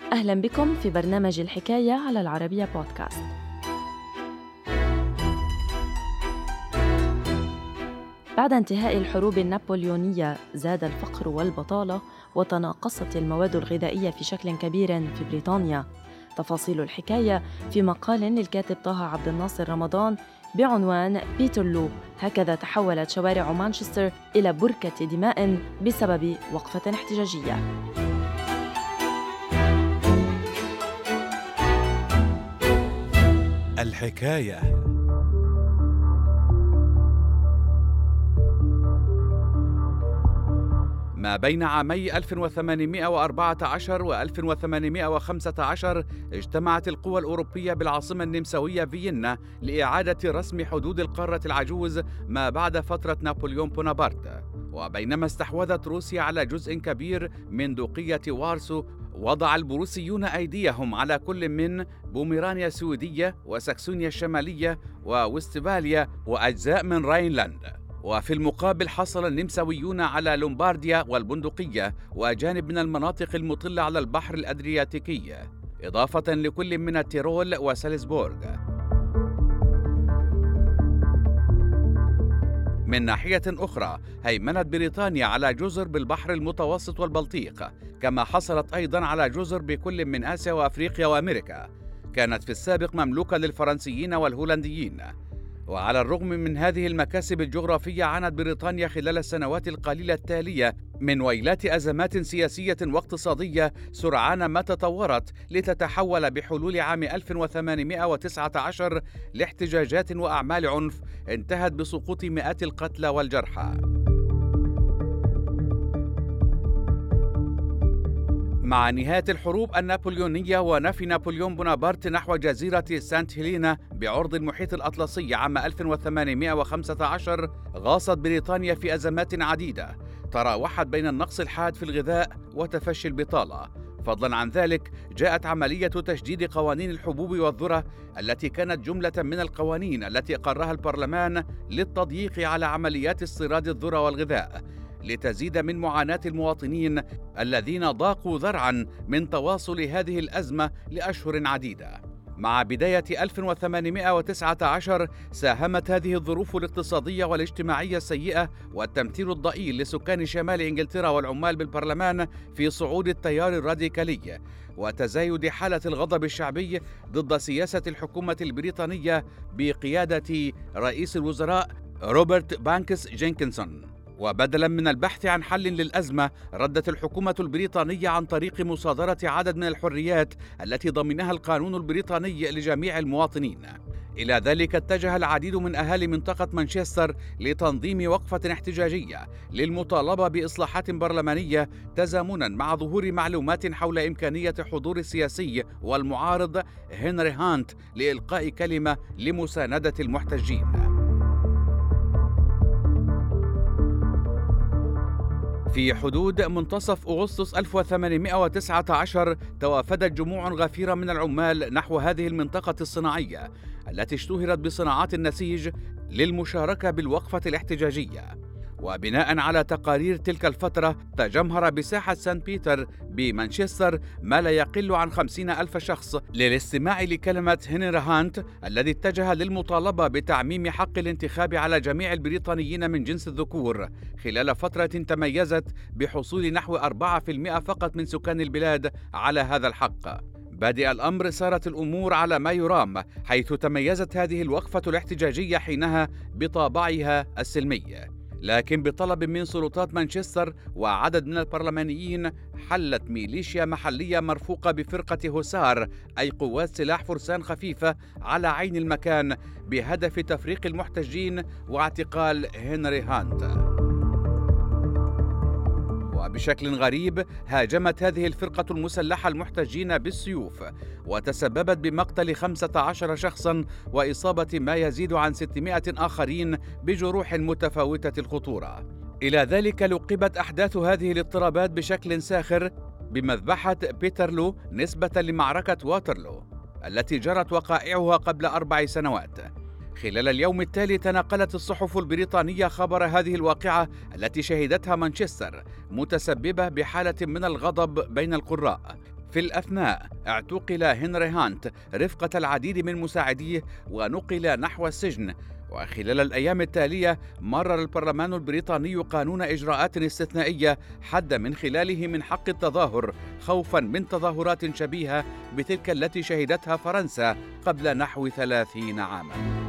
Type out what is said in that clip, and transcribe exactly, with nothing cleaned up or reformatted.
أهلا بكم في برنامج الحكاية على العربية بودكاست. بعد انتهاء الحروب النابليونية زاد الفقر والبطالة وتناقصت المواد الغذائية في شكل كبير في بريطانيا. تفاصيل الحكاية في مقال للكاتب طه عبد الناصر رمضان بعنوان بيترلو: هكذا تحولت شوارع مانشستر إلى بركة دماء بسبب وقفة احتجاجية. الحكاية. ما بين عامي ألف وثمانمائة وأربعة عشر و ألف وثمانمائة وخمسة عشر اجتمعت القوى الأوروبية بالعاصمة النمساوية فيينا لإعادة رسم حدود القارة العجوز ما بعد فترة نابليون بونابرت. وبينما استحوذت روسيا على جزء كبير من دوقية وارسو، وضع البروسيون أيديهم على كل من بوميرانيا السويدية وساكسونيا الشمالية ووستفاليا وأجزاء من راينلاند. وفي المقابل حصل النمساويون على لومبارديا والبندقية وجانب من المناطق المطلة على البحر الأدرياتيكي، إضافة لكل من التيرول وسالزبورغ. من ناحية أخرى هيمنت بريطانيا على جزر بالبحر المتوسط والبلطيق، كما حصلت أيضاً على جزر بكل من آسيا وأفريقيا وأمريكا كانت في السابق مملوكة للفرنسيين والهولنديين. وعلى الرغم من هذه المكاسب الجغرافية، عانت بريطانيا خلال السنوات القليلة التالية من ويلات أزمات سياسية واقتصادية سرعان ما تطورت لتتحول بحلول عام ألف وثمانمائة وتسعة عشر لاحتجاجات وأعمال عنف انتهت بسقوط مئات القتلى والجرحى. مع نهاية الحروب النابليونية ونفي نابليون بونابرت نحو جزيرة سانت هيلينا بعرض المحيط الأطلسي عام ألف وثمانمائة وخمسة عشر، غاصت بريطانيا في أزمات عديدة تراوحت بين النقص الحاد في الغذاء وتفشي البطالة. فضلاً عن ذلك، جاءت عملية تجديد قوانين الحبوب والذرة التي كانت جملة من القوانين التي أقرها البرلمان للتضييق على عمليات استيراد الذرة والغذاء، لتزيد من معاناة المواطنين الذين ضاقوا ذرعاً من تواصل هذه الأزمة لأشهر عديدة. مع بداية ألف وثمانمائة وتسعة عشر ساهمت هذه الظروف الاقتصادية والاجتماعية السيئة والتمثيل الضئيل لسكان شمال إنجلترا والعمال بالبرلمان في صعود التيار الراديكالي وتزايد حالة الغضب الشعبي ضد سياسة الحكومة البريطانية بقيادة رئيس الوزراء روبرت بانكس جينكنسون. وبدلاً من البحث عن حل للأزمة، ردت الحكومة البريطانية عن طريق مصادرة عدد من الحريات التي ضمنها القانون البريطاني لجميع المواطنين. إلى ذلك اتجه العديد من أهالي منطقة مانشستر لتنظيم وقفة احتجاجية للمطالبة بإصلاحات برلمانية، تزامناً مع ظهور معلومات حول إمكانية حضور السياسي والمعارض هنري هانت لإلقاء كلمة لمساندة المحتجين. في حدود منتصف أغسطس ألف وثمانمائة وتسعة عشر توافدت جموع غفيرة من العمال نحو هذه المنطقة الصناعية التي اشتهرت بصناعات النسيج للمشاركة بالوقفة الاحتجاجية. وبناء على تقارير تلك الفترة، تجمهر بساحة سان بيتر بمانشستر ما لا يقل عن خمسين ألف شخص للاستماع لكلمة هنري هانت الذي اتجه للمطالبة بتعميم حق الانتخاب على جميع البريطانيين من جنس الذكور خلال فترة تميزت بحصول نحو أربعة بالمئة فقط من سكان البلاد على هذا الحق. بادئ الأمر سارت الأمور على ما يرام، حيث تميزت هذه الوقفة الاحتجاجية حينها بطابعها السلمي، لكن بطلب من سلطات مانشستر وعدد من البرلمانيين حلت ميليشيا محلية مرفوقة بفرقة هسار، أي قوات سلاح فرسان خفيفة، على عين المكان بهدف تفريق المحتجين واعتقال هنري هانت. وبشكل غريب هاجمت هذه الفرقة المسلحة المحتجين بالسيوف وتسببت بمقتل خمسة عشر شخصاً وإصابة ما يزيد عن ستمائة آخرين بجروح متفاوتة الخطورة. إلى ذلك لقبت أحداث هذه الاضطرابات بشكل ساخر بمذبحة بيترلو نسبة لمعركة واترلو التي جرت وقائعها قبل أربع سنوات. خلال اليوم التالي تناقلت الصحف البريطانية خبر هذه الواقعة التي شهدتها مانشستر، متسببة بحالة من الغضب بين القراء، في الأثناء اعتقل هنري هانت رفقة العديد من مساعديه ونقل نحو السجن. وخلال الأيام التالية مرر البرلمان البريطاني قانون إجراءات استثنائية حد من خلاله من حق التظاهر خوفاً من تظاهرات شبيهة بتلك التي شهدتها فرنسا قبل نحو ثلاثين عاماً.